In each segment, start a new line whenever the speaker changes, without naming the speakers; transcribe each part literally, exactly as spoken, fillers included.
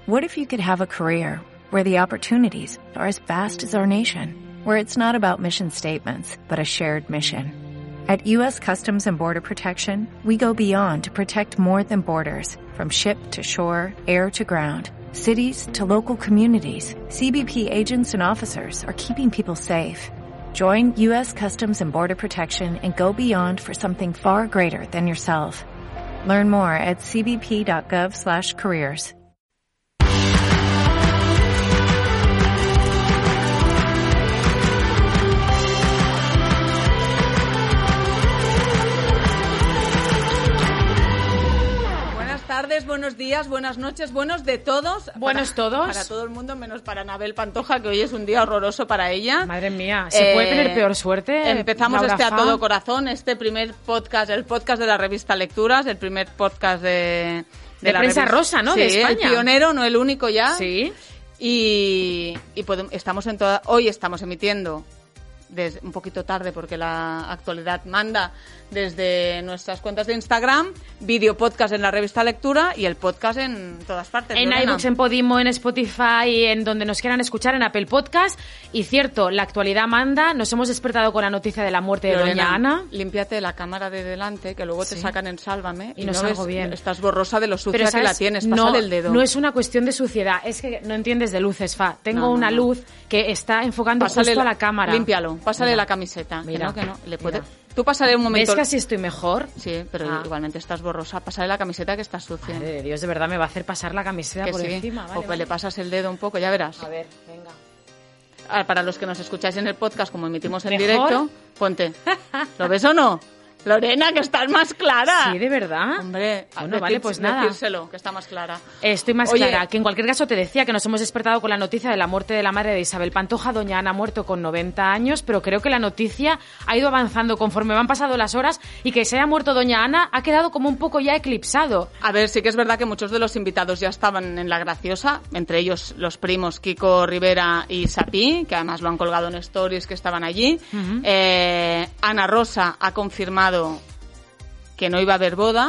What if you could have a career where the opportunities are as vast as our nation, where it's not about mission statements, but a shared mission? At U S Customs and Border Protection, we go beyond to protect more than borders, from ship to shore, air to ground, cities to local communities. C B P agents and officers are keeping people safe. Join U S Customs and Border Protection and go beyond for something far greater than yourself. Learn more at c b p dot gov slash careers.
Tardes, buenos días, buenas noches, buenos de todos.
Buenos
para,
todos.
Para todo el mundo, menos para Anabel Pantoja, que hoy es un día horroroso para ella.
Madre mía, ¿se eh, puede tener peor suerte?
Empezamos
Laura
este
Fa?
a todo corazón, este primer podcast, el podcast de la revista Lecturas, el primer podcast de...
De, de la prensa revista, rosa, ¿no?
Sí,
de España.
El pionero, no el único ya.
Sí.
Y, y podemos, estamos en toda, hoy estamos emitiendo... Desde, un poquito tarde porque la actualidad manda, desde nuestras cuentas de Instagram, vídeo podcast en la revista Lectura y el podcast en todas partes.
En iVoox, en Podimo, en Spotify, en donde nos quieran escuchar, en Apple Podcast. Y cierto, la actualidad manda. Nos hemos despertado con la noticia de la muerte de
Lorena,
doña Ana.
Límpiate la cámara de delante, que luego te sí. sacan en Sálvame.
Y, y no salgo ves, bien.
Estás borrosa de lo sucia
Pero,
que la tienes. Pásale
no,
el dedo.
No es una cuestión de suciedad, es que no entiendes de luces, Fa. Tengo no, no, una no. luz que está enfocando Pásale justo
la,
a la cámara.
Límpialo, pásale mira. la camiseta.
Mira,
que no, que no. Le puede... Tú pásale un momento.
¿Ves que así estoy mejor?
Sí, pero ah. igualmente estás borrosa. Pásale la camiseta que está sucia.
Madre de Dios, de verdad me va a hacer pasar la camiseta
que
por
sí.
encima. Vale,
o que
vale.
le pasas el dedo un poco, ya verás.
A ver, venga.
Ahora, para los que nos escucháis en el podcast, como emitimos en
¿Mejor?
directo, ponte. ¿Lo ves o no? Lorena, que estás más clara.
Sí, de verdad.
Hombre,
bueno, vale, pues nada.
Decírselo, que está más clara.
Estoy más
Oye,
clara. Que en cualquier caso te decía que nos hemos despertado con la noticia de la muerte de la madre de Isabel Pantoja. Doña Ana ha muerto con noventa años, pero creo que la noticia ha ido avanzando conforme van pasando las horas y que se haya muerto doña Ana ha quedado como un poco ya eclipsado.
A ver, sí que es verdad que muchos de los invitados ya estaban en La Graciosa, entre ellos los primos Kiko Rivera y Sapí, que además lo han colgado en stories que estaban allí. Uh-huh. eh, Ana Rosa ha confirmado que no iba a haber boda.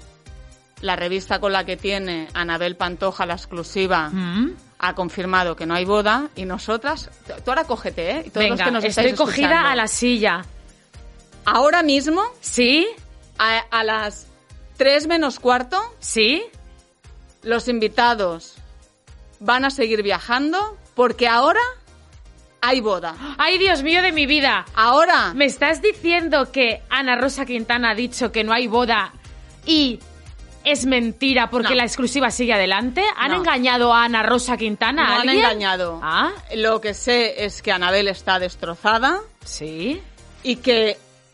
La revista con la que tiene Anabel Pantoja la exclusiva mm. ha confirmado que no hay boda. Y nosotras, tú ahora cógete, ¿eh? Y todos
Venga,
los que nos
estoy cogida
escuchando.
A la silla.
Ahora mismo,
¿sí?
A, a las tres menos cuarto,
¿sí?
Los invitados van a seguir viajando porque ahora hay boda.
¡Ay, Dios mío de mi vida!
Ahora.
¿Me estás diciendo que Ana Rosa Quintana ha dicho que no hay boda y es mentira porque no. la exclusiva sigue adelante? ¿Han no. engañado a Ana Rosa Quintana?
No
¿a alguien?
han engañado.
¿Ah?
Lo que sé es que Anabel está destrozada.
Sí.
Y que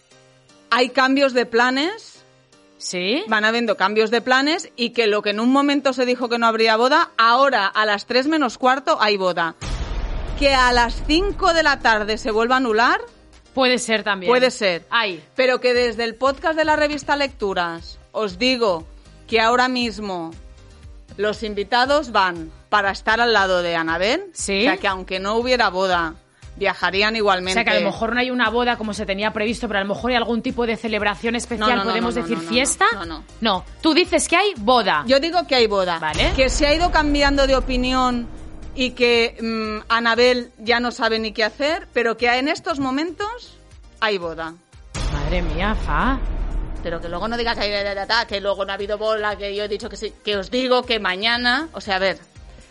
hay cambios de planes.
Sí.
Van habiendo cambios de planes y que lo que en un momento se dijo que no habría boda, ahora a las tres menos cuarto hay boda. Que a las cinco de la tarde se vuelva a anular.
Puede ser también.
Puede ser.
Ay.
Pero que desde el podcast de la revista Lecturas os digo que ahora mismo los invitados van para estar al lado de Anabel.
Sí.
O sea, que aunque no hubiera boda, viajarían igualmente.
O sea, que a lo mejor no hay una boda como se tenía previsto, pero a lo mejor hay algún tipo de celebración especial,
no, no,
podemos
no, no,
decir
no, no,
fiesta.
No, no, no.
No, tú dices que hay boda.
Yo digo que hay boda.
Vale.
Que se ha ido cambiando de opinión y que mmm, Anabel ya no sabe ni qué hacer, pero que en estos momentos hay boda.
Madre mía, Fa.
Pero que luego no digas que luego no ha habido boda, que yo he dicho que sí. Que os digo que mañana, o sea, a ver,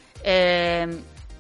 eh,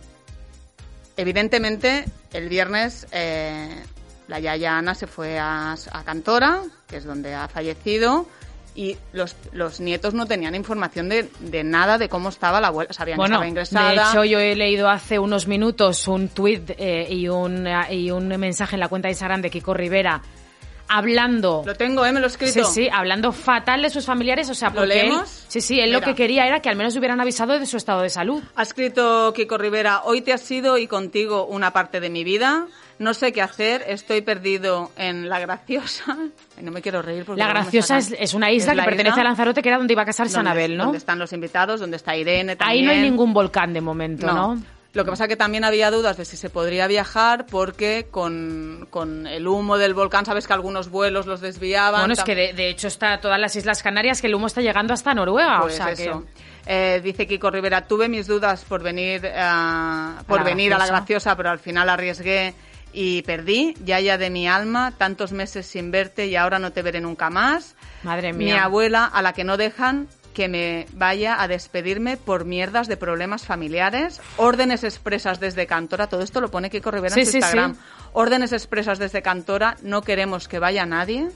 evidentemente el viernes eh, la yaya Ana se fue a, a Cantora, que es donde ha fallecido. Y los, los nietos no tenían información de, de nada de cómo estaba la abuela. Sabían
bueno,
que estaba ingresada.
De hecho, yo he leído hace unos minutos un tuit eh, y, un, y un mensaje en la cuenta de Instagram de Kiko Rivera hablando...
Lo tengo, ¿eh? Me lo he escrito.
Sí, sí, hablando fatal de sus familiares. O sea,
¿Lo leemos?
Él, sí, sí, él
Mira.
lo que quería era que al menos hubieran avisado de su estado de salud.
Ha escrito Kiko Rivera: hoy te has sido y contigo una parte de mi vida. No sé qué hacer, estoy perdido en La Graciosa. No me quiero reír porque...
La Graciosa es, es una isla es que pertenece
isla
a Lanzarote, que era donde iba a casarse
donde,
Anabel, ¿no?
Donde están los invitados, donde está Irene también.
Ahí no hay ningún volcán de momento, ¿no?
¿no? Lo que pasa es que también había dudas de si se podría viajar porque con, con el humo del volcán, sabes que algunos vuelos los desviaban.
Bueno, es que de, de hecho está todas las Islas Canarias, que el humo está llegando hasta Noruega.
Pues
o sea
eso.
que...
Eh, dice Kiko Rivera, tuve mis dudas por venir, uh, por a venir a La Graciosa, pero al final arriesgué y perdí. Yaya de mi alma, tantos meses sin verte y ahora no te veré nunca más.
Madre mía.
Mi abuela, a la que no dejan que me vaya a despedirme por mierdas de problemas familiares. Órdenes expresas desde Cantora. Todo esto lo pone Kiko Rivera
sí,
en su
sí,
Instagram.
Sí.
Órdenes expresas desde Cantora. No queremos que vaya nadie.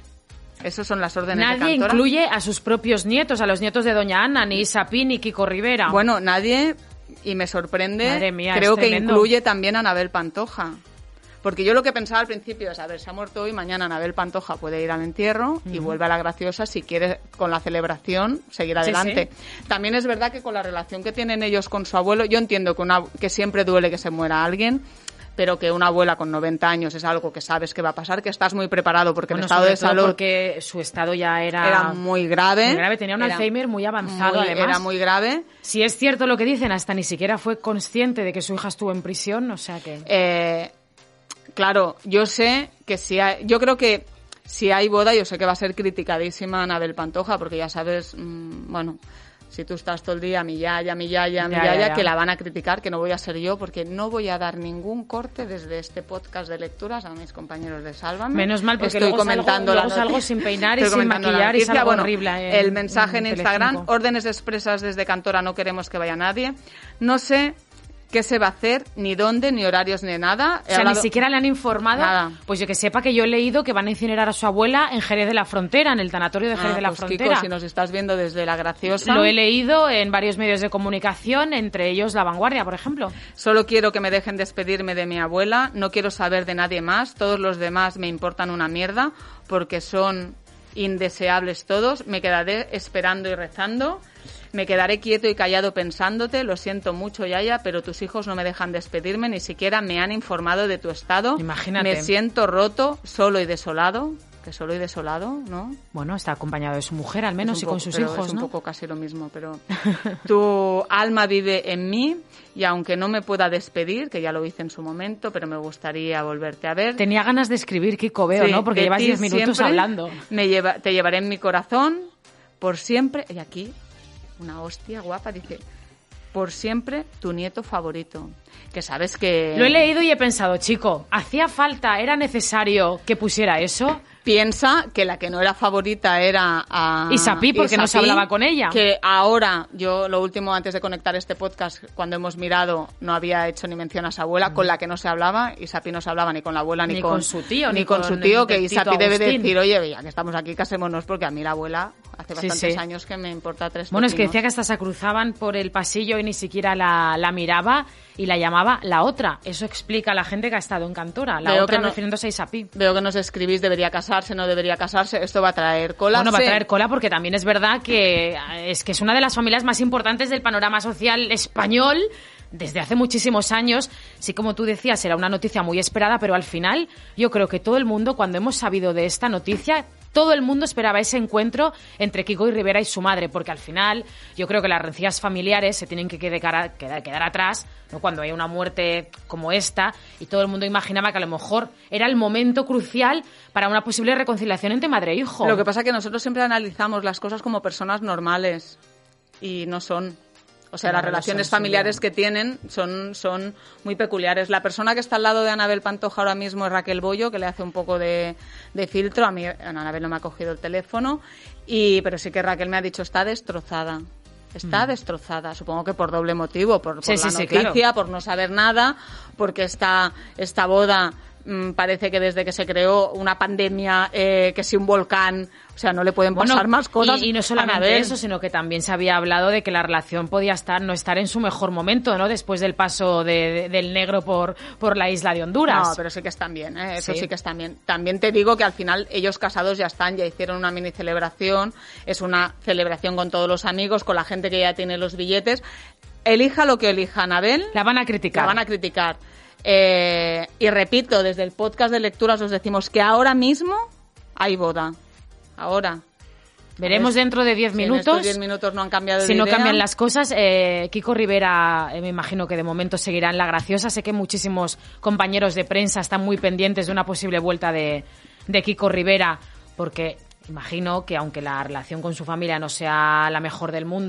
Esas son las órdenes
nadie
de Cantora.
Nadie incluye a sus propios nietos, a los nietos de Doña Ana, ni Isapi, ni Kiko Rivera.
Bueno, nadie, y me sorprende,
Madre mía,
creo
es
que
tremendo.
incluye también a Anabel Pantoja. Porque yo lo que pensaba al principio es, a ver, se ha muerto hoy, mañana Anabel Pantoja puede ir al entierro uh-huh. y vuelve a La Graciosa si quiere con la celebración seguir adelante. Sí, sí. También es verdad que con la relación que tienen ellos con su abuelo, yo entiendo que, una, que siempre duele que se muera alguien, pero que una abuela con noventa años es algo que sabes que va a pasar, que estás muy preparado porque
bueno,
el estado de salud...
porque su estado ya era...
Era muy grave.
Muy grave, tenía un
era
Alzheimer muy avanzado,
muy,
además.
Era muy grave.
Si es cierto lo que dicen, hasta ni siquiera fue consciente de que su hija estuvo en prisión, o sea que...
Eh... Claro, yo sé que si hay, yo creo que si hay boda, yo sé que va a ser criticadísima Anabel Pantoja, porque ya sabes, mmm, bueno, si tú estás todo el día, mi yaya, mi yaya, mi
ya,
yaya,
ya, ya.
que la van a criticar, que no voy a ser yo, porque no voy a dar ningún corte desde este podcast de lecturas a mis compañeros de Sálvame.
Menos mal, porque
estoy
luego
comentando
salgo,
la
luego salgo sin peinar y sin maquillar y salgo
bueno,
horrible. En,
el mensaje en,
en
Instagram,
Telecinco.
Órdenes expresas desde Cantora, no queremos que vaya nadie. No sé qué se va a hacer, ni dónde, ni horarios, ni nada.
He o sea, hablado... ni siquiera le han informado.
Nada.
Pues yo que sepa que yo he leído que van a incinerar a su abuela en Jerez de la Frontera, en el tanatorio de Jerez
ah,
de la
pues
Frontera.
Kiko, si nos estás viendo desde La Graciosa...
Lo he leído en varios medios de comunicación, entre ellos La Vanguardia, por ejemplo.
Solo quiero que me dejen despedirme de mi abuela, no quiero saber de nadie más, todos los demás me importan una mierda, porque son indeseables todos, me quedaré esperando y rezando... Me quedaré quieto y callado pensándote, lo siento mucho, Yaya, pero tus hijos no me dejan despedirme, ni siquiera me han informado de tu estado.
Imagínate.
Me siento roto, solo y desolado. Que solo y desolado, ¿no?
Bueno, está acompañado de su mujer, al menos, y
poco,
con sus
pero
hijos,
es un
¿no?
poco casi lo mismo, pero tu alma vive en mí y aunque no me pueda despedir, que ya lo hice en su momento, pero me gustaría volverte a ver.
Tenía ganas de escribir, Kiko, veo,
sí,
¿no? Porque llevas diez minutos hablando.
Me lleva, te llevaré en mi corazón por siempre, y aquí... Una hostia guapa, dice, por siempre tu nieto favorito. Que sabes que...
Lo he leído y he pensado, chico, ¿hacía falta, era necesario que pusiera eso?
Piensa que la que no era favorita era a...
Isapi, porque
Isapi,
no se hablaba con ella.
Que ahora, yo lo último antes de conectar este podcast, cuando hemos mirado, no había hecho ni mención a su abuela, mm. con la que no se hablaba. Isapi no se hablaba ni con la abuela ni,
ni
con,
con su tío.
Ni,
ni
con,
con
su tío, que Isapi
Agustín.
Debe decir, oye, ya que estamos aquí, casémonos, porque a mí la abuela hace bastantes sí, sí. años que me importa tres
Bueno,
pepinos.
Es que decía que hasta se cruzaban por el pasillo y ni siquiera la, la miraba y la llamaba la otra. Eso explica a la gente que ha estado en Cantora. La
Veo
otra
que no,
refiriéndose a Isapi.
Veo que nos escribís, debería casarse, no debería casarse. Esto va a traer cola.
Bueno, va a traer cola porque también es verdad que es que es una de las familias más importantes del panorama social español desde hace muchísimos años. Sí, como tú decías, era una noticia muy esperada, pero al final yo creo que todo el mundo, cuando hemos sabido de esta noticia, todo el mundo esperaba ese encuentro entre Kiko y Rivera y su madre, porque al final yo creo que las rencillas familiares se tienen que quedar, quedar, quedar atrás, ¿no? Cuando hay una muerte como esta, y todo el mundo imaginaba que a lo mejor era el momento crucial para una posible reconciliación entre madre e hijo.
Lo que pasa es que nosotros siempre analizamos las cosas como personas normales y no son. O sea, no, las relaciones son, familiares sí, que tienen son, son muy peculiares. La persona que está al lado de Anabel Pantoja ahora mismo es Raquel Bollo, que le hace un poco de, de filtro. A mí Anabel no me ha cogido el teléfono, y pero sí que Raquel me ha dicho, está destrozada. Está mm. destrozada, supongo que por doble motivo, por, por
sí,
la
sí,
noticia,
sí, claro.
por no saber nada, porque esta, esta boda mmm, parece que desde que se creó una pandemia, eh, que si un volcán... O sea, no le pueden pasar
bueno,
más cosas.
Y, y no solamente eso, sino que también se había hablado de que la relación podía estar no estar en su mejor momento, ¿no? Después del paso de, de, del negro por, por la isla de Honduras.
No, pero sí que están bien, ¿eh? Eso sí. sí que están bien. También te digo que al final ellos casados ya están, ya hicieron una mini celebración. Es una celebración con todos los amigos, con la gente que ya tiene los billetes. Elija lo que elija Anabel.
La van a criticar.
La van a criticar. Eh, y repito, desde el podcast de lecturas os decimos que ahora mismo hay boda. Ahora.
Veremos dentro de diez minutos. Si en
estos diez minutos no han cambiado de
Si no
idea.
cambian las cosas, eh, Kiko Rivera, eh, me imagino que de momento seguirá en La Graciosa. Sé que muchísimos compañeros de prensa están muy pendientes de una posible vuelta de, de Kiko Rivera, porque imagino que aunque la relación con su familia no sea la mejor del mundo,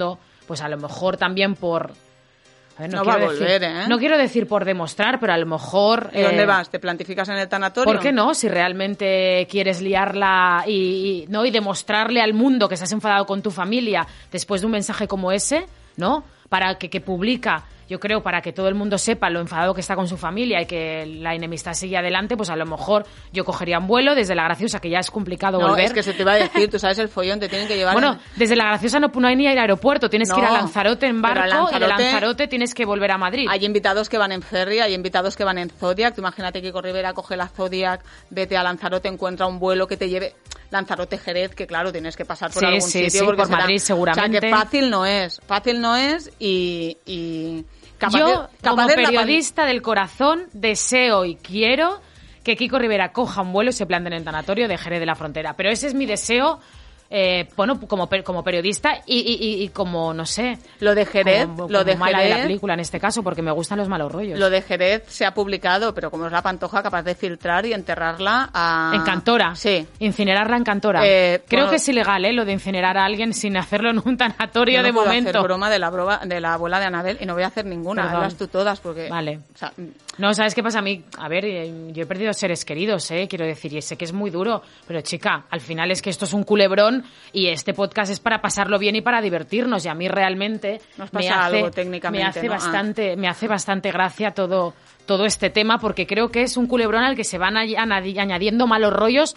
pues a lo mejor también por... A ver, no
no va a
quiero
volver,
decir,
¿eh?
No quiero decir por demostrar, pero a lo mejor...
¿Y dónde
eh,
vas? ¿Te plantificas en el tanatorio?
¿Por qué no? Si realmente quieres liarla y, y, ¿no? y demostrarle al mundo que estás enfadado con tu familia después de un mensaje como ese, ¿no? Para que, que publica... Yo creo para que todo el mundo sepa lo enfadado que está con su familia y que la enemistad sigue adelante, pues a lo mejor yo cogería un vuelo desde La Graciosa, que ya es complicado
no,
volver.
es que se te iba a decir, tú sabes el follón, te tienen que llevar...
Bueno,
en...
desde La Graciosa no, no hay ni al aeropuerto, tienes
no,
que ir a Lanzarote en barco
Lanzarote,
y de Lanzarote tienes que volver a Madrid.
Hay invitados que van en ferry, hay invitados que van en Zodiac. Tú imagínate que Kiko Rivera coge la Zodiac, vete a Lanzarote, encuentra un vuelo que te lleve... Lanzarote-Jerez, que claro, tienes que pasar por
sí,
algún
sí,
sitio.
Sí,
porque
por
será...
Madrid seguramente.
O sea, que fácil no es, fácil no es y... y... Capaz
Yo,
de, capaz
como
de
periodista del corazón, deseo y quiero que Kiko Rivera coja un vuelo y se plante en el tanatorio de Jerez de la Frontera. Pero ese es mi deseo, eh, bueno, como, como periodista y, y, y como, no sé...
Lo de Jerez...
Como, como
lo de
mala
Jerez,
de la película en este caso, porque me gustan los malos rollos.
Lo de Jerez se ha publicado, pero como es la Pantoja, capaz de filtrar y enterrarla a...
En Cantora.
Sí.
Incinerarla en Cantora.
Eh,
Creo
bueno,
que es ilegal, ¿eh? Lo de incinerar a alguien sin hacerlo en un tanatorio
yo no
de
puedo
momento.
hacer broma de la, broma de la abuela de Anabel y no voy a hacer ninguna.
Perdón.
Hazlas tú todas porque...
Vale.
O sea,
no, ¿sabes qué pasa? A mí, a ver, yo he perdido seres queridos, ¿eh? Quiero decir, y sé que es muy duro, pero chica, al final es que esto es un culebrón y este podcast es para pasarlo bien y para divertirnos, y a mí realmente
Nos
me
pasa
hace,
algo técnicamente,
me hace
¿no?
bastante, ah. me hace bastante gracia todo, todo este tema, porque creo que es un culebrón al que se van añadiendo malos rollos,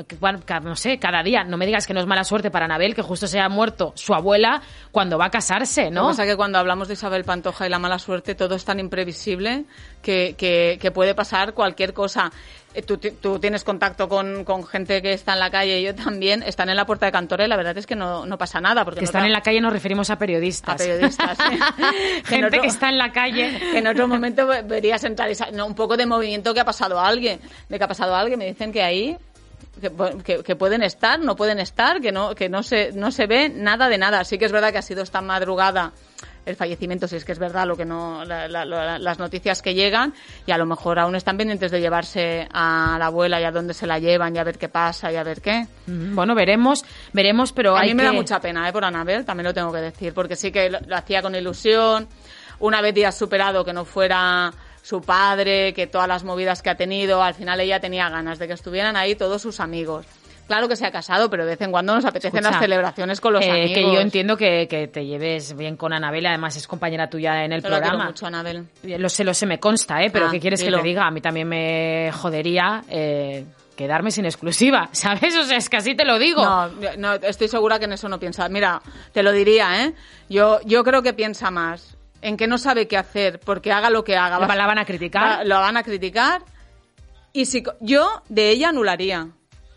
no sé, cada día. No me digas que no es mala suerte para Anabel que justo se haya muerto su abuela cuando va a casarse, ¿no?
Lo que pasa es que cuando hablamos de Isabel Pantoja y la mala suerte, todo es tan imprevisible que, que, que puede pasar cualquier cosa. Tú, tú tienes contacto con, con gente que está en la calle, yo también, están en la puerta de Cantora y la verdad es que no, no pasa nada. Porque
que
no
están
tra-
en la calle nos referimos a periodistas.
A periodistas, ¿eh?
Gente
en otro,
que está en la calle.
Que en otro momento verías entrar esa, no, un poco de movimiento que ha pasado a alguien, de que ha pasado a alguien, me dicen que ahí... Que, que, que pueden estar, no pueden estar, que no que no se no se ve nada de nada. Sí que es verdad que ha sido esta madrugada el fallecimiento, si es que es verdad lo que no la, la, la, las noticias que llegan, y a lo mejor aún están pendientes de llevarse a la abuela y a dónde se la llevan y a ver qué pasa y a ver qué.
Bueno, veremos, veremos, pero
a
hay
mí me
que...
da mucha pena, ¿eh? Por Anabel, también lo tengo que decir, porque sí que lo, lo hacía con ilusión. Una vez ya superado que no fuera su padre, que todas las movidas que ha tenido, al final ella tenía ganas de que estuvieran ahí todos sus amigos. Claro que se ha casado, pero de vez en cuando nos apetecen
Escucha,
las celebraciones con los
eh,
amigos.
Que yo entiendo que, que te lleves bien con Anabel, además es compañera tuya en el
yo la
programa.
quiero mucho, Anabel.
Lo sé, lo sé, me consta, ¿eh? Pero
ah,
¿qué quieres
dilo.
que te diga? A mí también me jodería eh, quedarme sin exclusiva, ¿sabes? O sea, es que así te lo digo.
No, no, estoy segura que en eso no piensa. Mira, te lo diría, ¿eh? Yo, yo creo que piensa más en que no sabe qué hacer, porque haga lo que haga.
La van a criticar.
Va, lo van a criticar. Y si yo de ella anularía.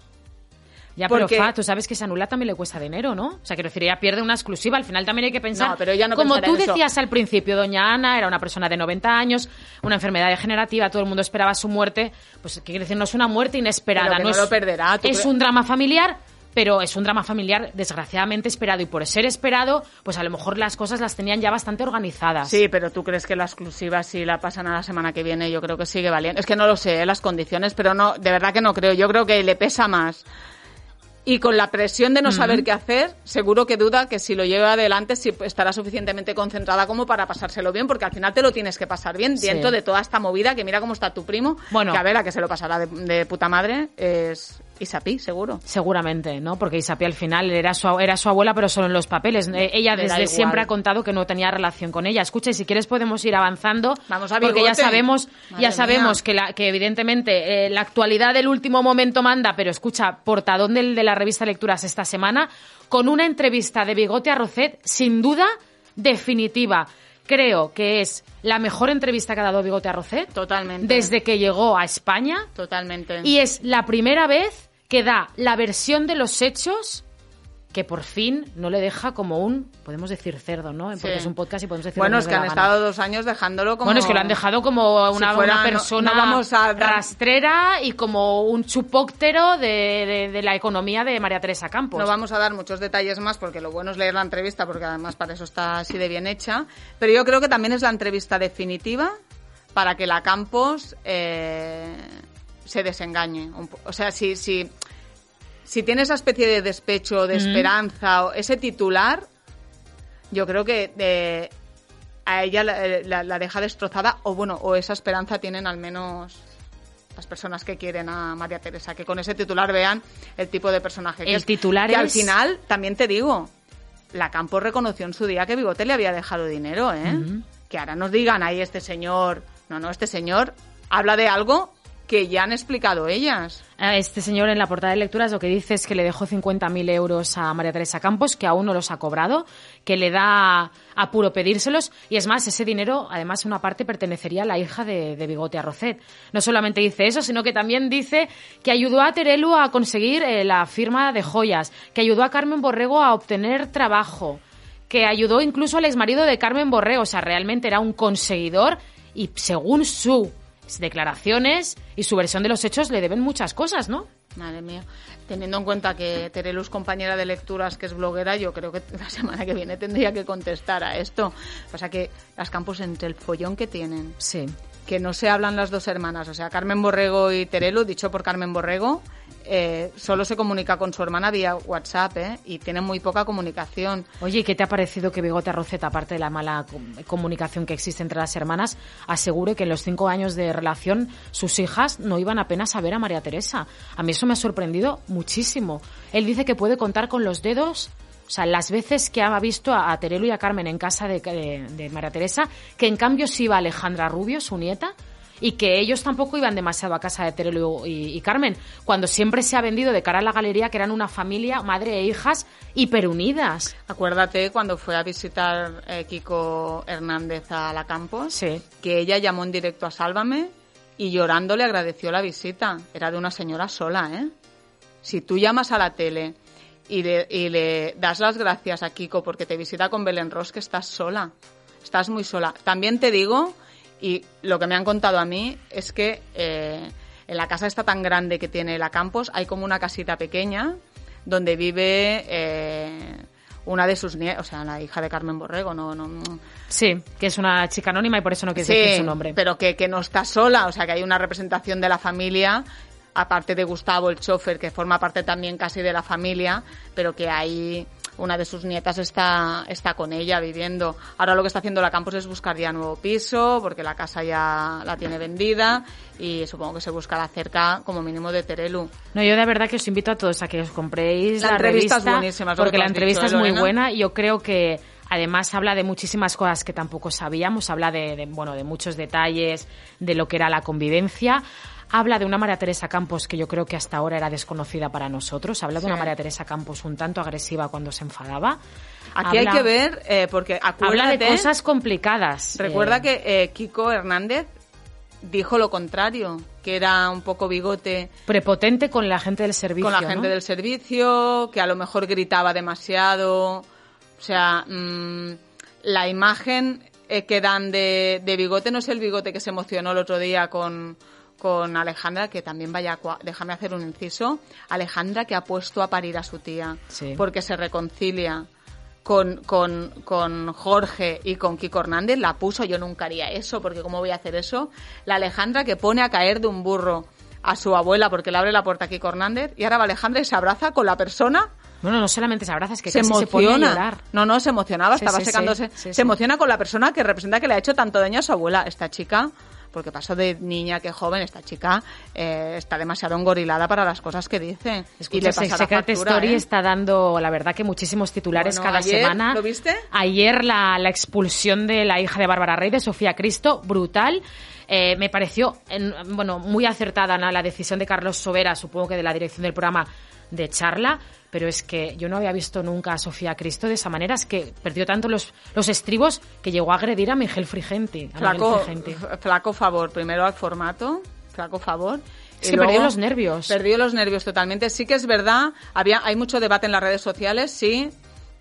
Ya,
porque...
pero Fa, tú sabes que se anula también le cuesta dinero, ¿no? O sea, que decir, ella pierde una exclusiva. Al final también hay que pensar...
No, pero ella no
como tú
en eso.
decías al principio, doña Ana era una persona de noventa años, una enfermedad degenerativa, todo el mundo esperaba su muerte. Pues, ¿qué quiere decir? No es una muerte inesperada.
Pero que
no,
no
es,
lo perderá.
Es
cre...
un drama familiar... pero es un drama familiar desgraciadamente esperado, y por ser esperado, pues a lo mejor las cosas las tenían ya bastante organizadas.
Sí, pero ¿tú crees que la exclusiva, si la pasan a la semana que viene, yo creo que sigue valiendo? Es que no lo sé, ¿eh? Las condiciones, pero no, de verdad que no creo. Yo creo que le pesa más. Y con la presión de no saber uh-huh. qué hacer, seguro que duda que si lo lleva adelante, si estará suficientemente concentrada como para pasárselo bien, porque al final te lo tienes que pasar bien sí. dentro de toda esta movida, que mira cómo está tu primo,
bueno,
que a ver, a que se lo pasará de, de puta madre es Isapi, seguro.
Seguramente, ¿no? Porque Isapi al final era su, era su abuela, pero solo en los papeles. Eh, ella
Le
desde siempre ha contado que no tenía relación con ella. Escucha, y si quieres podemos ir avanzando.
Vamos a
porque ya sabemos,
Madre
ya sabemos
mía.
que, la, que evidentemente eh, la actualidad del último momento manda, pero escucha, portadón del, de la revista Lecturas esta semana, con una entrevista de Bigote a Rocet, sin duda definitiva. Creo que es la mejor entrevista que ha dado Bigote a Rocet.
Totalmente.
Desde que llegó a España.
Totalmente.
Y es la primera vez que da la versión de los hechos que por fin no le deja como un, podemos decir cerdo, ¿no? Porque sí. es un podcast y podemos decir...
Bueno, es que han estado dos años dejándolo como...
Bueno, es que lo han dejado como una, si fuera, una persona
no, no vamos a dar...
rastrera y como un chupóctero de, de, de la economía de María Teresa Campos.
No vamos a dar muchos detalles más porque lo bueno es leer la entrevista, porque además para eso está así de bien hecha. Pero yo creo que también es la entrevista definitiva para que la Campos eh, se desengañe. O sea, si... si Si tiene esa especie de despecho, de esperanza, mm. o ese titular, yo creo que eh, a ella la, la, la deja destrozada, o bueno, o esa esperanza tienen al menos las personas que quieren a María Teresa, que con ese titular vean el tipo de personaje que
el
es.
titular
que
es...
al final, también te digo, la Campos reconoció en su día que Bigote le había dejado dinero, ¿eh? Uh-huh. Que ahora nos digan, ahí este señor... No, no, este señor habla de algo que ya han explicado ellas.
Este señor en la portada de lecturas lo que dice es que le dejó cincuenta mil euros a María Teresa Campos, que aún no los ha cobrado, que le da apuro pedírselos, y es más, ese dinero, además, una parte pertenecería a la hija de, de Bigote Arrocet. No solamente dice eso, sino que también dice que ayudó a Terelu a conseguir eh, la firma de joyas, que ayudó a Carmen Borrego a obtener trabajo, que ayudó incluso al exmarido de Carmen Borrego. O sea, realmente era un conseguidor, y según su declaraciones y su versión de los hechos le deben muchas cosas, ¿no?
Madre mía. Teniendo en cuenta que Terelu es compañera de lecturas, que es bloguera, yo creo que la semana que viene tendría que contestar a esto. Pasa que las Campos, entre el follón que tienen,
sí,
que no se hablan las dos hermanas, o sea, Carmen Borrego y Terelu, dicho por Carmen Borrego, eh, solo se comunica con su hermana vía WhatsApp, ¿eh? Y tienen muy poca comunicación.
Oye, ¿y qué te ha parecido que Bigote Arrocet, aparte de la mala comunicación que existe entre las hermanas, asegure que en los cinco años de relación sus hijas no iban apenas a ver a María Teresa? A mí eso me ha sorprendido muchísimo. Él dice que puede contar con los dedos, o sea, las veces que ha visto a, a Terelu y a Carmen en casa de, de, de María Teresa, que en cambio sí iba Alejandra Rubio, su nieta, y que ellos tampoco iban demasiado a casa de Terelu y, y Carmen, cuando siempre se ha vendido de cara a la galería que eran una familia, madre e hijas, hiperunidas.
Acuérdate cuando fue a visitar eh, Kiko Hernández a la Campos,
sí,
que ella llamó en directo a Sálvame y llorando le agradeció la visita. Era de una señora sola, ¿eh? Si tú llamas a la tele y le, y le das las gracias a Kiko porque te visita con Belén Ros, que estás sola, estás muy sola. También te digo... Y lo que me han contado a mí es que eh, en la casa esta tan grande que tiene la Campos hay como una casita pequeña donde vive eh, una de sus nietas, o sea, la hija de Carmen Borrego, no, no, no.
Sí, que es una chica anónima y por eso no quiere
Sí,
decir su nombre.
Pero que, que no está sola, o sea, que hay una representación de la familia, aparte de Gustavo, el chofer, que forma parte también casi de la familia, pero que hay... Una de sus nietas está, está con ella viviendo. Ahora lo que está haciendo la Campos es buscar ya nuevo piso, porque la casa ya la tiene vendida y supongo que se buscará cerca como mínimo de Terelu.
No, yo de verdad que os invito a todos a que os compréis
la,
la
entrevista
revista,
es buenísima, es
porque la
has
entrevista
dicho,
es muy
Lorena.
buena y yo creo que además habla de muchísimas cosas que tampoco sabíamos, habla de, de, bueno, de muchos detalles de lo que era la convivencia. Habla de una María Teresa Campos que yo creo que hasta ahora era desconocida para nosotros. Habla
sí.
de una María Teresa Campos un tanto agresiva cuando se enfadaba.
Aquí
habla,
hay que ver, eh, porque acuérdate...
Habla de cosas complicadas.
Recuerda
eh,
que eh, Kiko Hernández dijo lo contrario, que era un poco Bigote...
Prepotente con la gente del servicio,
Con la gente
¿no?
del servicio, que a lo mejor gritaba demasiado. O sea, mmm, la imagen eh, que dan de, de Bigote no es el Bigote que se emocionó el otro día con... con Alejandra, que también vaya, déjame hacer un inciso, Alejandra que ha puesto a parir a su tía,
sí.
porque se reconcilia con, con, con Jorge y con Kiko Hernández, la puso, yo nunca haría eso, porque ¿cómo voy a hacer eso? La Alejandra que pone a caer de un burro a su abuela porque le abre la puerta a Kiko Hernández, y ahora va Alejandra y se abraza con la persona.
Bueno, no solamente se abraza, es que
se
casi
emociona.
se pone a llorar.
No, no, se emocionaba,
sí,
estaba
sí,
secándose.
Sí, sí,
se
sí.
emociona con la persona que representa que le ha hecho tanto daño a su abuela. Esta chica, porque pasó de niña que joven, esta chica eh, está demasiado engorilada para las cosas que dice.
Escucha,
y le pasa
Secret
la factura,
Story
¿eh?
está dando, la verdad, que muchísimos titulares
Bueno,
cada
ayer,
semana.
¿lo viste?
Ayer la, la expulsión de la hija de Bárbara Rey, de Sofía Cristo, brutal. Eh, me pareció, en, bueno, muy acertada, ¿no?, la decisión de Carlos Sobera, supongo que de la dirección del programa, de echarla, pero es que yo no había visto nunca a Sofía Cristo de esa manera, es que perdió tanto los, los estribos que llegó a agredir a Miguel Frigenti. A
Flaco,
Miguel Frigenti.
flaco favor, primero al formato, flaco favor.
Es que perdió los nervios.
Perdió los nervios totalmente. Sí que es verdad, había hay mucho debate en las redes sociales, sí.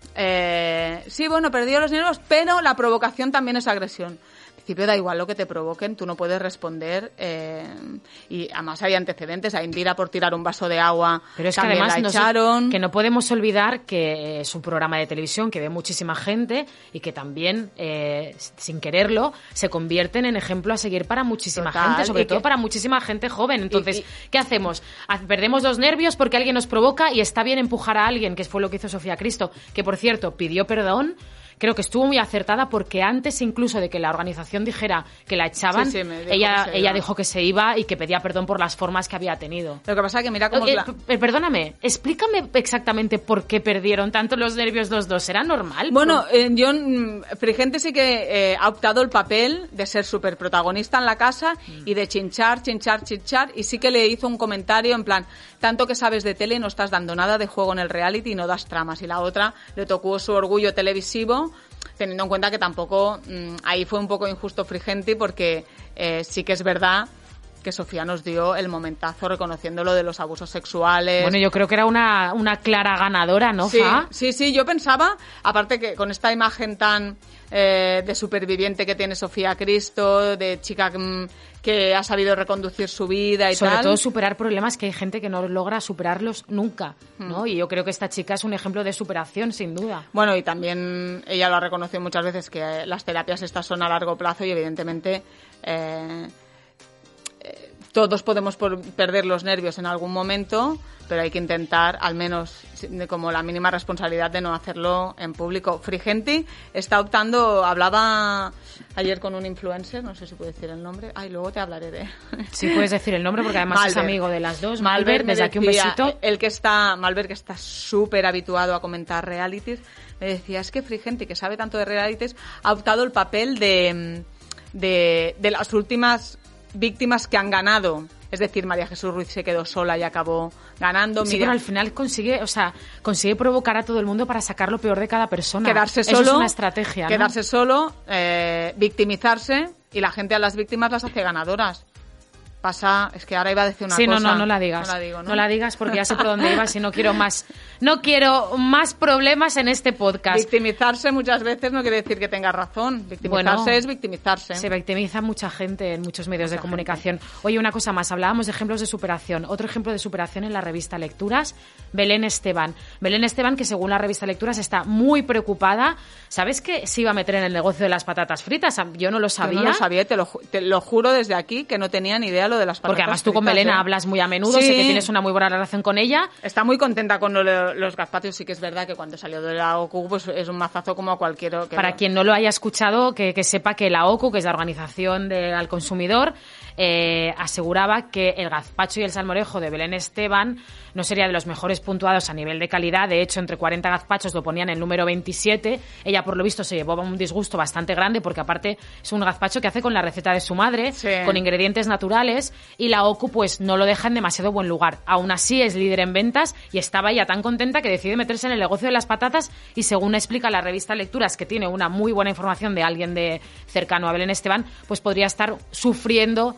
Eh, sí, bueno, perdió los nervios, pero la provocación también es agresión. Al principio da igual lo que te provoquen, tú no puedes responder. Eh, y además hay antecedentes, a Indira por tirar un vaso de agua,
pero es que
también
además
la echaron.
No, que no podemos olvidar que es un programa de televisión que ve muchísima gente y que también, eh, sin quererlo, se convierten en ejemplo a seguir para muchísima
Total,
gente, sobre
y
todo
que,
para muchísima gente joven. Entonces,
y, y,
¿qué hacemos? Perdemos los nervios porque alguien nos provoca y está bien empujar a alguien, que fue lo que hizo Sofía Cristo, que por cierto pidió perdón, creo que estuvo muy acertada porque antes incluso de que la organización dijera que la echaban,
sí, sí, me dijo
ella,
que se
ella
iba.
dijo que se iba y que pedía perdón por las formas que había tenido.
Lo que pasa es que mira cómo...
Eh,
es la...
p- perdóname, explícame exactamente por qué perdieron tanto los nervios los dos. ¿Era normal?
Bueno, eh, yo, mm, Frigenti sí que eh, ha optado el papel de ser súper protagonista en la casa y de chinchar, chinchar, chinchar, y sí que le hizo un comentario en plan, tanto que sabes de tele y no estás dando nada de juego en el reality y no das tramas. Y la otra le tocó su orgullo televisivo, teniendo en cuenta que tampoco, mmm, ahí fue un poco injusto Frigenti porque eh, sí que es verdad que Sofía nos dio el momentazo reconociendo lo de los abusos sexuales.
Bueno, yo creo que era una, una clara ganadora, ¿no,
Sí,
Fa?
sí, sí, yo pensaba, aparte que con esta imagen tan eh, de superviviente que tiene Sofía Cristo, de chica mm, que ha sabido reconducir su vida y
Sobre
tal.
todo superar problemas que hay gente que no logra superarlos nunca, ¿no? Y yo creo que esta chica es un ejemplo de superación, sin duda.
Bueno, y también ella lo ha reconocido muchas veces que eh, las terapias estas son a largo plazo y evidentemente... Eh, todos podemos por perder los nervios en algún momento, pero hay que intentar, al menos como la mínima responsabilidad de no hacerlo en público. Frigenti está optando, hablaba ayer con un influencer, no sé si puedo decir el nombre, ay, luego te hablaré de...
Sí, puedes decir el nombre porque además
Malver.
es amigo de las dos.
Malver,
Malver,
me
desde aquí un
decía,
besito.
El que está, Malver, que está súper habituado a comentar realities, me decía, es que Frigenti, que sabe tanto de realities, ha optado el papel de, de, de las últimas víctimas que han ganado. Es decir, María Jesús Ruiz se quedó sola y acabó ganando.
Sí,
Mira,
pero al final consigue, o sea, consigue provocar a todo el mundo para sacar lo peor de cada persona.
quedarse
Eso
solo,
es una estrategia, ¿no?
quedarse solo, eh, victimizarse, y la gente a las víctimas las hace ganadoras. Pasa, es que ahora iba a decir una
sí,
cosa.
no, no, no la digas.
No la digo, ¿no?
No la digas porque ya sé por dónde ibas y no quiero más, no quiero más problemas en este podcast.
Victimizarse muchas veces no quiere decir que tengas razón. Victimizarse
Bueno,
es victimizarse.
Se victimiza mucha gente en muchos medios de comunicación. Oye, una cosa más, hablábamos de ejemplos de superación. Otro ejemplo de superación en la revista Lecturas, Belén Esteban. Belén Esteban, que según la revista Lecturas está muy preocupada. ¿Sabes que se iba a meter en el negocio de las patatas fritas? Yo no lo sabía.
Yo no lo sabía, te lo, ju- te lo juro desde aquí que no tenía ni idea lo de las patatas
Porque además tú con
fritas,
Belén
¿eh?
hablas muy a menudo,
Sí.
sé que tienes una muy buena relación con ella.
Está muy contenta con lo de los gazpacios, sí que es verdad que cuando salió de la O C U pues es un mazazo como a cualquier otro.
Para quien no lo haya escuchado, que, que sepa que la O C U, que es la Organización de, al Consumidor, eh, aseguraba que el gazpacho y el salmorejo de Belén Esteban no sería de los mejores puntuados a nivel de calidad. De hecho, entre cuarenta gazpachos lo ponían en el número veintisiete. Ella, por lo visto, se llevó un disgusto bastante grande porque, aparte, es un gazpacho que hace con la receta de su madre,
Sí.
con ingredientes naturales, y la O C U pues no lo deja en demasiado buen lugar. Aún así, es líder en ventas y estaba ella tan contenta que decide meterse en el negocio de las patatas y, según explica la revista Lecturas, que tiene una muy buena información de alguien de cercano a Belén Esteban, pues podría estar sufriendo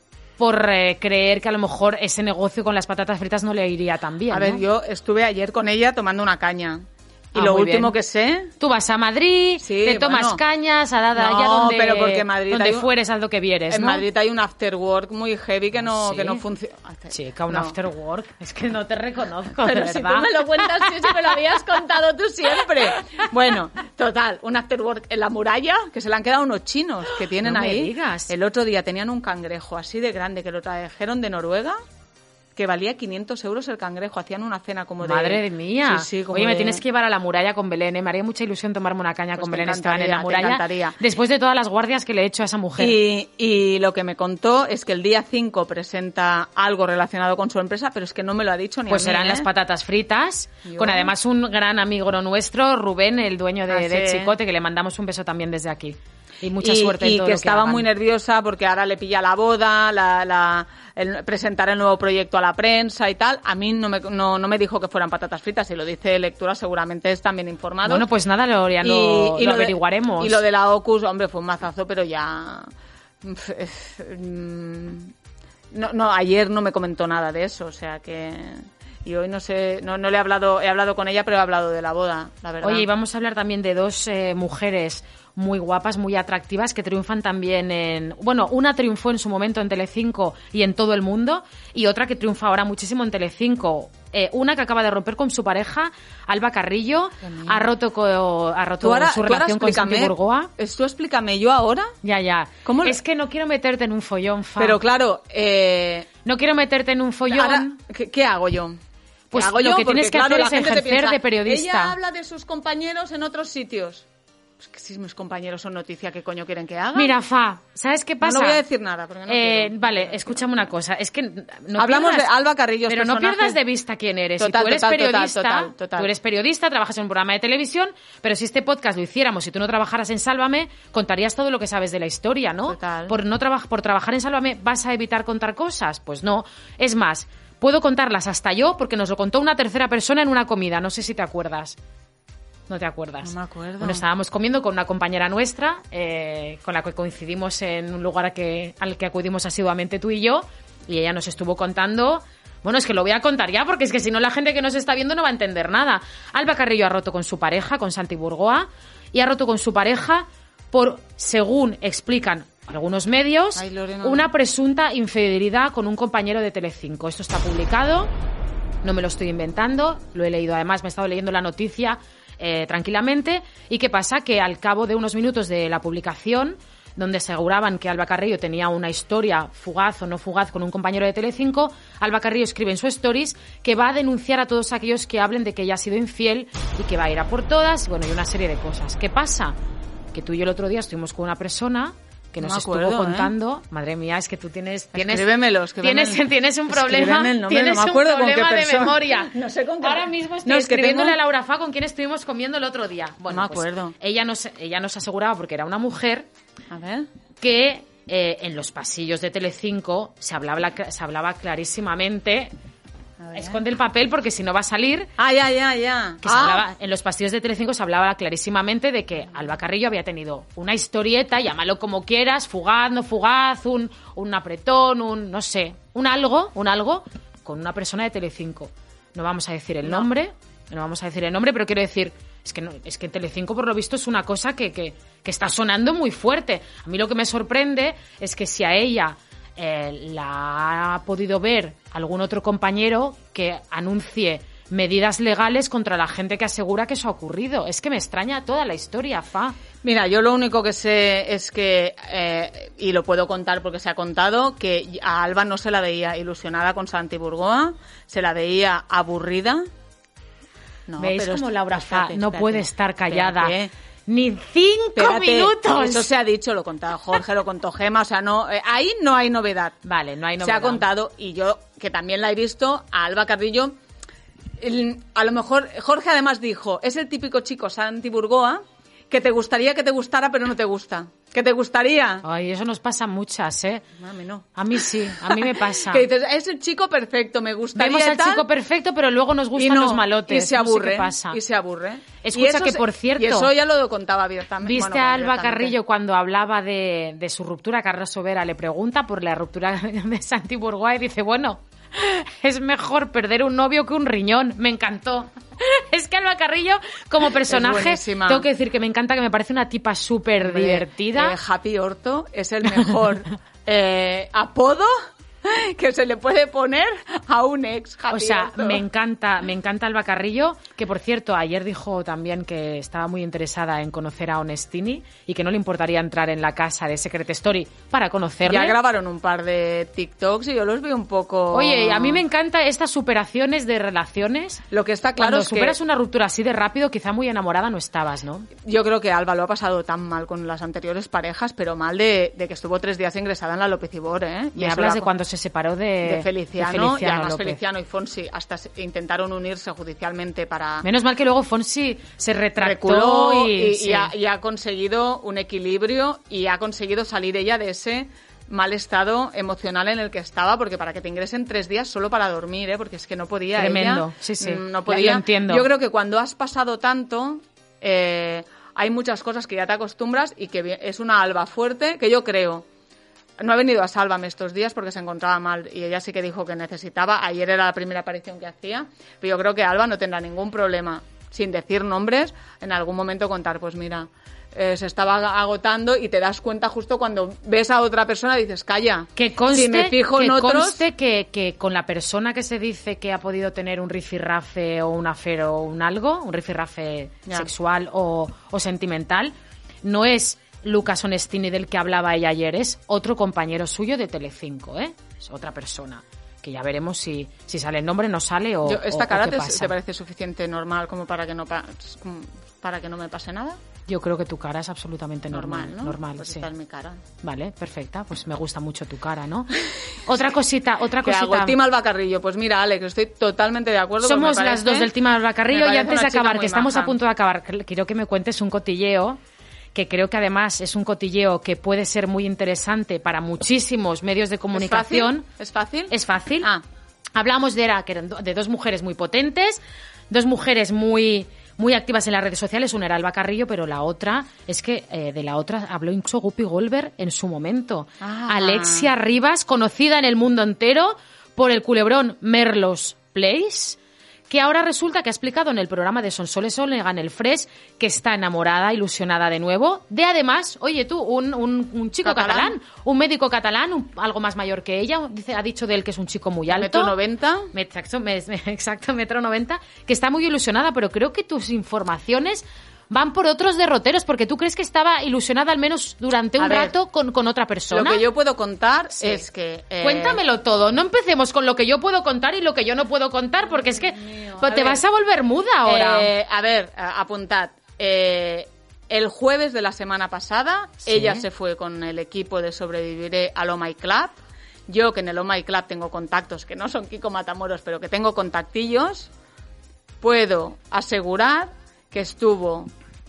por eh, creer que a lo mejor ese negocio con las patatas fritas no le iría tan bien.
A ver,
¿no?
yo estuve ayer con ella tomando una caña. Y
Ah,
lo
muy
último
bien.
que sé...
Tú vas a Madrid,
Sí,
te tomas
bueno.
cañas, a dada
No,
allá donde,
pero porque en Madrid
donde
hay un-
fueres, haz lo que vieres,
En
¿no?
Madrid hay un after work muy heavy que no,
¿Sí?
que no funciona.
Chica, un
No.
after work. Es que no te reconozco,
Pero
de
si
verdad.
tú me lo cuentas, sí, si me lo habías contado tú siempre. Bueno, total, un after work en la muralla, que se le han quedado unos chinos que tienen
No me
ahí.
digas.
El otro día tenían un cangrejo así de grande que lo trajeron de Noruega, que valía quinientos euros el cangrejo. Hacían una cena como de...
Madre mía.
Sí, sí, como
Oye, me
de-
tienes que llevar a la muralla con Belén, ¿eh? Me haría mucha ilusión tomarme una caña
Pues
con
te
Belén Esteban en la
encantaría, te
muralla.
encantaría.
Después de todas las guardias que le he hecho a esa mujer.
Y, y lo que me contó es que el día cinco presenta algo relacionado con su empresa, pero es que no me lo ha dicho ni
Pues
a mí,
serán
¿eh?
las patatas fritas,
Yo-
con además un gran amigo nuestro, Rubén, el dueño de,
Ah,
de
sí.
Chicote, que le mandamos un beso también desde aquí. Y mucha
y,
suerte
y
en todo
que
lo
estaba
hagan.
muy nerviosa porque ahora le pilla la boda, la, la, el, presentar el nuevo proyecto a la prensa y tal. A mí no me, no, no me dijo que fueran patatas fritas. Si lo dice Lectura, seguramente es también informado.
Bueno, pues nada, lo, ya lo, lo
de-
averiguaremos.
y lo de la O C U S, hombre, fue un mazazo, pero ya... No, no, ayer no me comentó nada de eso, o sea que... Y hoy no sé, no, no le he hablado, he hablado con ella, pero he hablado de la boda, la verdad.
Oye, y vamos a hablar también de dos eh, mujeres muy guapas, muy atractivas, que triunfan también en... Bueno, una triunfó en su momento en Telecinco y en todo el mundo, y otra que triunfa ahora muchísimo en Telecinco. Eh, una que acaba de romper con su pareja, Alba Carrillo, ha roto, co- ha roto
Tú ahora,
su
tú ahora
relación con Santi
explícame,
Burgoa.
es- tú explícame, yo ahora...
Ya, ya.
¿Cómo lo-
Es que no quiero meterte en un follón, Fa.
Pero claro, eh,
No quiero meterte en un follón.
ahora, ¿qué, qué hago yo? ¿Qué
Pues
hago
lo
yo?
que
Porque,
tienes que
claro,
hacer
la
es
gente te
ejercer
piensa,
de periodista.
Ella habla de sus compañeros en otros sitios. Pues que si mis compañeros son noticia, ¿qué coño quieren que haga?
Mira, Fa, ¿sabes qué pasa?
No, no voy a decir nada, porque no
eh,
quiero.
Vale, escúchame una cosa. Es que no
Hablamos
pierdas,
de Alba Carrillo,
pero
personaje.
no pierdas de vista quién eres.
Total,
si tú eres
total,
periodista,
total, total, total.
tú eres periodista, trabajas en un programa de televisión, pero si este podcast lo hiciéramos, si tú no trabajaras en Sálvame, contarías todo lo que sabes de la historia, ¿no?
Total.
Por no traba- por trabajar en Sálvame, ¿vas a evitar contar cosas? Pues no. Es más, puedo contarlas hasta yo, porque nos lo contó una tercera persona en una comida. No sé si te acuerdas. No te acuerdas.
No me acuerdo.
Bueno, estábamos comiendo con una compañera nuestra, eh, con la que coincidimos en un lugar a que, al que acudimos asiduamente tú y yo, y ella nos estuvo contando... Bueno, es que lo voy a contar ya, porque es que si no la gente que nos está viendo no va a entender nada. Alba Carrillo ha roto con su pareja, con Santi Burgoa, y ha roto con su pareja por, según explican algunos medios,
Ay, Lorena.
una presunta infidelidad con un compañero de Telecinco. Esto está publicado, no me lo estoy inventando, lo he leído, además me he estado leyendo la noticia eh, tranquilamente. ¿Y qué pasa? Que al cabo de unos minutos de la publicación, donde aseguraban que Alba Carrillo tenía una historia fugaz o no fugaz con un compañero de Telecinco, Alba Carrillo escribe en su stories que va a denunciar a todos aquellos que hablen de que ella ha sido infiel y que va a ir a por todas, bueno, y una serie de cosas. ¿Qué pasa? Que tú y yo el otro día estuvimos con una persona que nos
No me
estuvo
acuerdo,
contando, ¿eh? Madre mía, es que tú tienes tienes
Escríbemelo, escríbeme.
tienes, tienes un problema,
Escríbeme el nombre,
tienes
no me acuerdo
un
con qué
problema de
persona.
memoria.
No sé con qué.
Ahora mismo estoy
No, es que
escribiéndole
tengo-
a Laura Fa con quien estuvimos comiendo el otro día. Bueno,
No me
pues,
acuerdo.
ella nos ella nos aseguraba, porque era una mujer,
A ver.
que eh, en los pasillos de Telecinco se hablaba, se hablaba clarísimamente.
A ver.
Esconde el papel porque si no va a salir.
Ah, ya, ya, ya.
Que se
Ah.
hablaba, en los pasillos de Telecinco se hablaba clarísimamente de que Alba Carrillo había tenido una historieta, llámalo como quieras, fugaz, no fugaz, un, un apretón, un no sé, un algo, un algo, con una persona de Telecinco. No vamos a decir el
No.
nombre, no vamos a decir el nombre, pero quiero decir, es que no, es que Telecinco por lo visto es una cosa que, que, que está sonando muy fuerte. A mí lo que me sorprende es que si a ella eh, la ha podido ver algún otro compañero que anuncie medidas legales contra la gente que asegura que eso ha ocurrido. Es que me extraña toda la historia, Fa.
Mira, yo lo único que sé es que, eh, y lo puedo contar porque se ha contado, que a Alba no se la veía ilusionada con Santi Burgoa, se la veía aburrida. No,
¿Veis
pero
cómo
est-
Laura Fa
espérate,
no
espérate,
puede estar callada
espérate.
ni cinco
Espérate,
minutos?
Eso se ha dicho, lo contaba Jorge, lo contó Gema, o sea, no, eh, ahí no hay novedad.
Vale, no hay
Se
novedad.
ha contado, y yo, que también la he visto, a Alba Carrillo, el- a lo mejor, Jorge además dijo, es el típico chico Santi Burgoa, que te gustaría que te gustara, pero no te gusta. ¿Que te gustaría?
Ay, eso nos pasa a muchas, ¿eh?
Mami, no.
A mí sí, a mí me pasa.
Que dices, es el chico perfecto, me gustaría
Vemos al
tal",
chico perfecto, pero luego nos
y
gustan
no,
los malotes.
y se
No sé
aburre,
qué pasa.
y se aburre.
Escucha
Y eso
que,
se-
por cierto,
y eso ya lo contaba abiertamente.
¿Viste
bueno,
a Alba
abiertamente.
Carrillo cuando hablaba de, de su ruptura? Carlos Sobera le pregunta por la ruptura de Santi Burgoa y dice, bueno, es mejor perder un novio que un riñón. Me encantó. Es que Alba Carrillo, como personaje,
buenísima.
tengo que decir que me encanta, que me parece una tipa súper
Hombre,
divertida.
eh, Happy Orto es el mejor eh, apodo que se le puede poner a un ex. Happy
O sea,
Orto.
me encanta, me encanta Alba Carrillo, que por cierto, ayer dijo también que estaba muy interesada en conocer a Onestini y que no le importaría entrar en la casa de Secret Story para conocerle.
Ya grabaron un par de TikToks y yo los vi un poco...
Oye, a mí me encanta estas superaciones de relaciones.
Lo que está claro
Cuando
es que
superas una ruptura así de rápido, quizá muy enamorada no estabas, ¿no?
yo creo que Alba lo ha pasado tan mal con las anteriores parejas, pero mal de, de que estuvo tres días ingresada en la López Ibor, ¿eh? Y
Me
eso
hablas
la-
de cuando se separó de,
de Feliciano,
de Feliciano
y además
López.
Feliciano y Fonsi hasta se- intentaron unirse judicialmente para...
Menos mal que luego Fonsi se retractó
reculó
y,
y,
sí.
y ha, y ha conseguido un equilibrio y ha conseguido salir ella de ese mal estado emocional en el que estaba, porque para que te ingresen tres días solo para dormir, ¿eh? Porque es que no podía
Tremendo,
ella,
sí, sí.
mm, no
Lo
podía.
entiendo.
Yo creo que cuando has pasado tanto, eh, hay muchas cosas que ya te acostumbras y que vi- es una Alba fuerte, que yo creo... No ha venido a Sálvame estos días porque se encontraba mal y ella sí que dijo que necesitaba. Ayer era la primera aparición que hacía, pero yo creo que Alba no tendrá ningún problema, sin decir nombres, en algún momento contar, pues mira, eh, se estaba agotando y te das cuenta justo cuando ves a otra persona y dices, calla,
Que conste,
si me fijo
que,
en otros...
conste que, que con la persona que se dice que ha podido tener un rifirrafe o un afer o un algo, un rifirrafe
Ya.
sexual o, o sentimental, no es Lucas Onestini del que hablaba ella ayer, es otro compañero suyo de Telecinco, ¿eh? Es otra persona. Que ya veremos si, si sale el nombre, no sale o,
Yo- ¿Esta
o- o
cara
qué
te,
pasa.
te parece suficiente normal como para que no pa- como para que no me pase nada?
Yo creo que tu cara es absolutamente normal.
Normal, ¿no?
Normal,
pues
sí.
esta es mi cara.
Vale, perfecta. Pues me gusta mucho tu cara, ¿no? Otra cosita, otra
¿Qué
cosita.
hago? Team Alba Carrillo. Pues mira, Alex, estoy totalmente de acuerdo.
Somos
parece,
las dos del Team Alba Carrillo y antes de acabar, que estamos
maja.
a punto de acabar, quiero que me cuentes un cotilleo que creo que además es un cotilleo que puede ser muy interesante para muchísimos medios de comunicación.
¿Es fácil?
Es fácil.
Ah.
Hablamos de, era, que eran de dos mujeres muy potentes, dos mujeres muy... muy activas en las redes sociales. Una era Alba Carrillo, pero la otra, es que eh, de la otra habló incluso Guppy Goldberg en su momento.
Ah.
Alexia Rivas, conocida en el mundo entero por el culebrón Merlos Place, que ahora resulta que ha explicado en el programa de Sonsoles Onega en el Fresh que está enamorada, ilusionada de nuevo, de además, oye tú, un, un, un chico catalán. catalán, un médico catalán, un, algo más mayor que ella, dice, ha dicho de él que es un chico muy alto.
Metro noventa.
Exacto, me, exacto, metro noventa, que está muy ilusionada, pero creo que tus informaciones van por otros derroteros, porque tú crees que estaba ilusionada al menos durante un
A ver,
rato con, con otra persona.
Lo que yo puedo contar
Sí.
es que... eh,
Cuéntamelo todo, no empecemos con lo que yo puedo contar y lo que yo no puedo contar, porque es que
mío,
pues
a
te
ver.
vas a volver muda ahora.
Eh, a ver, a- apuntad. Eh, el jueves de la semana pasada,
Sí.
ella se fue con el equipo de Sobreviviré al Oh My Club. Yo, que en el Oh My Club tengo contactos, que no son Kiko Matamoros, pero que tengo contactillos, puedo asegurar que estuvo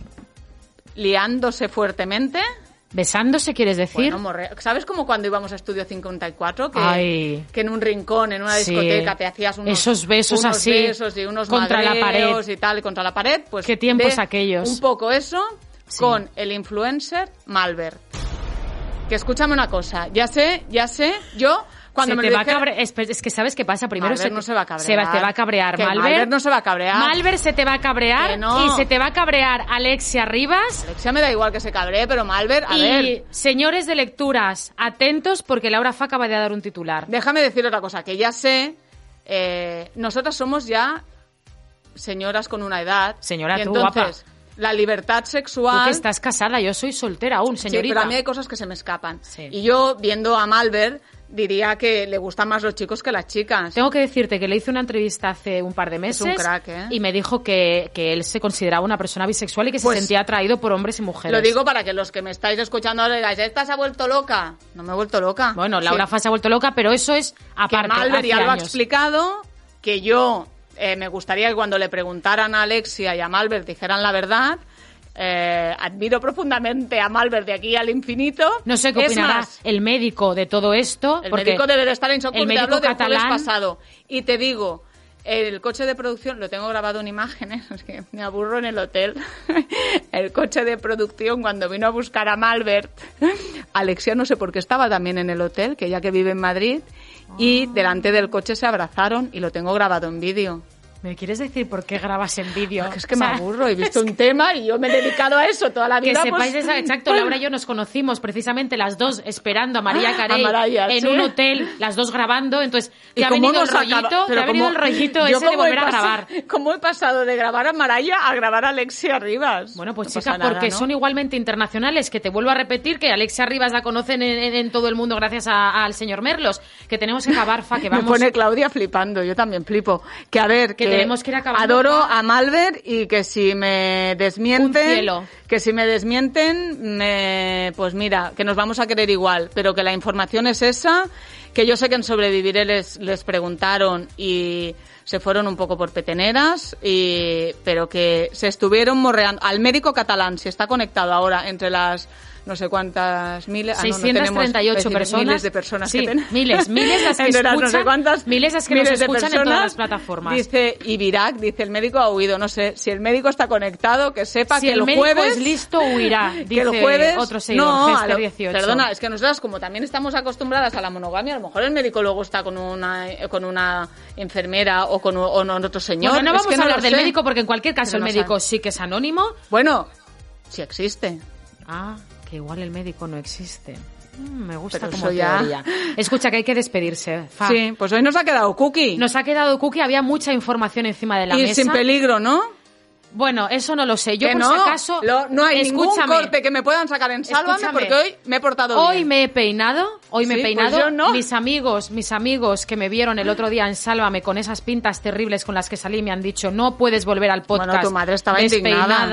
liándose fuertemente.
¿Besándose quieres decir?
Bueno, morre- ¿Sabes como cuando íbamos a Estudio cincuenta y cuatro? Que,
Ay.
que en un rincón, en una
Sí.
discoteca, te hacías unos,
Esos besos
unos
así,
besos y unos
contra la
madreos
pared.
y tal, y contra la pared. Pues
Qué tiempos
de
aquellos.
Un poco eso
Sí.
con el influencer Malbert. Que escúchame una cosa, ya sé, ya sé, yo... Cuando
se
me
te
lo
va a
dijeron-
cabrear. Es, es que sabes qué pasa. Primero
Malbert
se,
no se va a cabrear.
Se, va, te va a cabrear.
Que
Malbert,
Malbert no se va a cabrear.
Malbert se te va a cabrear.
Que no.
Y se te va a cabrear Alexia Rivas.
Alexia me da igual que se cabree, pero Malbert, a
y
ver...
señores de lecturas, atentos porque Laura Fa acaba de dar un titular.
Déjame decir otra cosa, que ya sé, eh, nosotras somos ya señoras con una edad.
Señora,
y
tú,
entonces, la libertad
Tú
sexual...
que estás casada, yo soy soltera aún, señorita.
Sí, pero a mí hay cosas que se me escapan.
Sí.
Y yo, viendo a Malbert, diría que le gustan más los chicos que las chicas.
Tengo que decirte que le hice una entrevista hace un par de meses
un crack, ¿eh?
y me dijo que, que él se consideraba una persona bisexual y que
Pues,
se sentía atraído por hombres y mujeres.
Lo digo para que los que me estáis escuchando ahora digáis, ¿esta se ha vuelto loca? No me he vuelto loca.
Bueno, Laura
Sí.
Fa se ha vuelto loca, pero eso es
Que
aparte.
Malbert ya
hace
lo ha
años.
explicado, que yo eh, me gustaría que cuando le preguntaran a Alexia y a Malbert dijeran la verdad. Eh, admiro profundamente a Malbert de aquí al infinito.
No sé qué
Es
opinará
más,
el médico de todo esto.
el
porque
médico debe de estar en shock
el
porque te
médico
hablo del jueves
catalán-
pasado. Y te digo, el coche de producción, lo tengo grabado en imágenes, es que me aburro en el hotel. El coche de producción, cuando vino a buscar a Malbert, Alexia no sé por qué estaba también en el hotel, que ella que vive en Madrid, y delante del coche se abrazaron y lo tengo grabado en vídeo.
¿Me quieres decir por qué grabas en vídeo?
Porque es que
O sea,
me aburro, he visto un tema y yo me he dedicado a eso toda la
Que
vida.
sepáis,
pues,
esa- exacto, Laura y yo nos conocimos precisamente las dos esperando a María Carey
A Mariah,
en
sí.
un hotel, las dos grabando, entonces te
¿Y
ha
cómo
venido el
hemos acabado?
rollito, te
Pero
ha venido
cómo-
el rollito
yo
ese de
cómo he
volver a
pasado-
grabar.
¿Cómo he pasado de grabar a Maraya a grabar a Alexia Rivas?
Bueno, pues
No
chica,
pasa nada,
porque
¿no?
son igualmente internacionales, que te vuelvo a repetir que Alexia Rivas la conocen en, en- en todo el mundo gracias a- al señor Merlos, que tenemos que acabar, Fa, que
Me
vamos...
pone Claudia flipando, yo también flipo. Que a ver,
Que tenemos que ir acabando,
adoro
Fa.
a Malbert y que si me
Un
desmienten,
cielo.
que si me desmienten, me, pues mira, que nos vamos a querer igual, pero que la información es esa, que yo sé que en Sobreviviré les, les preguntaron y se fueron un poco por peteneras, y, pero que se estuvieron morreando. Al médico catalán, si está conectado ahora entre las no sé cuántas miles, ah, no, no
seiscientos treinta y ocho
tenemos,
personas.
miles de personas
Sí,
que tenemos.
miles, miles las que
Entre las no sé
escuchan,
cuántas,
miles las que nos
miles de
escuchan en todas
personas.
las plataformas.
Dice Ibirac, dice el médico ha huido, no sé, si el médico está conectado, que sepa
Si
que
el
el,
médico
jueves
es listo, huirá,
que
dice
el jueves
otro seguidor,
no, a
Gester
lo-
dieciocho.
perdona, es que nosotras como también estamos acostumbradas a la monogamia, a lo mejor el médico luego está con una con una enfermera o con, o con otro señor.
Bueno, no
Es
vamos
que
a hablar
lo
del
sé.
médico porque en cualquier caso
Pero
el
no
médico
sabe.
sí que es anónimo.
Bueno, sí existe.
Ah, que igual el médico no existe. Mm, me gusta
Pero
como
eso ya-
teoría. Escucha, que hay que despedirse. Fa.
Sí, pues hoy nos ha quedado cookie.
Nos ha quedado cookie, había mucha información encima de la
y
mesa.
sin peligro, ¿no?
Bueno, eso no lo sé. Yo
Que
por
no,
si acaso...
lo- no hay
escúchame,
ningún corte que me puedan sacar en Sálvame
Escúchame.
porque hoy me he portado
Hoy
bien.
me he peinado, hoy me he
Sí, pues
peinado.
yo no.
Mis amigos, mis amigos que me vieron el otro día en Sálvame con esas pintas terribles con las que salí me han dicho no puedes volver al podcast.
Bueno, tu madre estaba
despeinada,
indignada.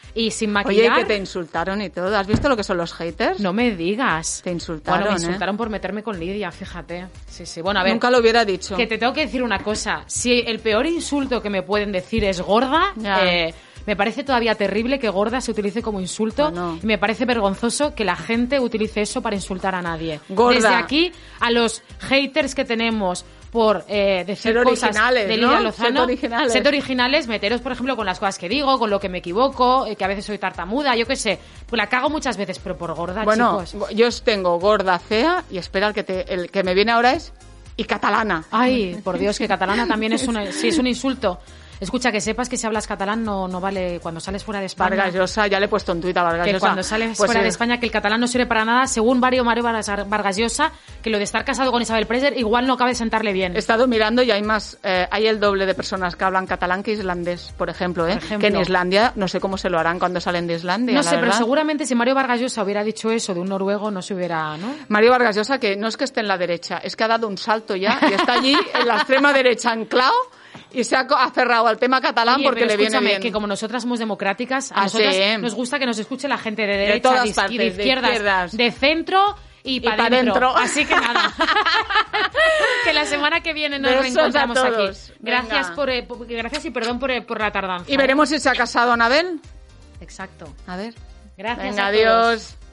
y sin maquillar.
Oye, que te insultaron y todo. ¿Has visto lo que son los haters?
No me digas.
Te insultaron,
Bueno, me insultaron
¿eh?
por meterme con Lidia, fíjate. Sí, sí. Bueno, a ver.
Nunca lo hubiera dicho.
Que te tengo que decir una cosa. Si el peor insulto que me pueden decir es gorda, eh, me parece todavía terrible que gorda se utilice como insulto.
Bueno.
Y me parece vergonzoso que la gente utilice eso para insultar a nadie.
Gorda.
Desde aquí, a los haters que tenemos por eh, decir
Ser
cosas
originales,
de Lidia
¿no?
Lozano,
Sed originales.
sed originales, meteros, por ejemplo, con las cosas que digo, con lo que me equivoco, eh, que a veces soy tartamuda, yo qué sé. Pues la cago muchas veces, pero por gorda,
Bueno,
chicos.
yo os tengo gorda, fea, y espera, el que, te, el que me viene ahora es... y catalana.
Ay, por Dios, que catalana también es, una, sí, es un insulto. Escucha, que sepas que si hablas catalán no, no vale cuando sales fuera de España.
Vargas Llosa, ya le he puesto en tuit a Vargas
Que
Llosa.
cuando sales
Pues
fuera
sí.
de España, que el catalán no sirve para nada, según Mario Mario Vargas Llosa, que lo de estar casado con Isabel Preisler igual no cabe sentarle bien.
He estado mirando y hay más, eh, hay el doble de personas que hablan catalán que islandés, por ejemplo, ¿eh?
Por ejemplo.
Que en Islandia, no sé cómo se lo harán cuando salen de Islandia.
No
la
sé, pero
verdad.
seguramente si Mario Vargas Llosa hubiera dicho eso de un noruego, no se hubiera, ¿no?
Mario Vargas Llosa, que no es que esté en la derecha, es que ha dado un salto ya y está allí en la extrema derecha anclado y se ha co- aferrado al tema catalán
Oye,
porque
pero
le viene
escúchame,
bien.
que como nosotras somos democráticas, a
Ah,
nosotras
sí.
nos gusta que nos escuche la gente de derecha,
todas
de, izquier-
partes,
de
de
izquierdas,
izquierdas.
de centro y
Y
para
pa'
dentro.
dentro.
Así que nada. Que la semana que viene nos
Besos
reencontramos
a
aquí.
todos.
Gracias
Venga.
por, eh, por- gracias y perdón por, eh, por la tardanza.
Y veremos si se ha casado Anabel.
Exacto.
A ver.
Gracias
Venga,
a todos.
adiós.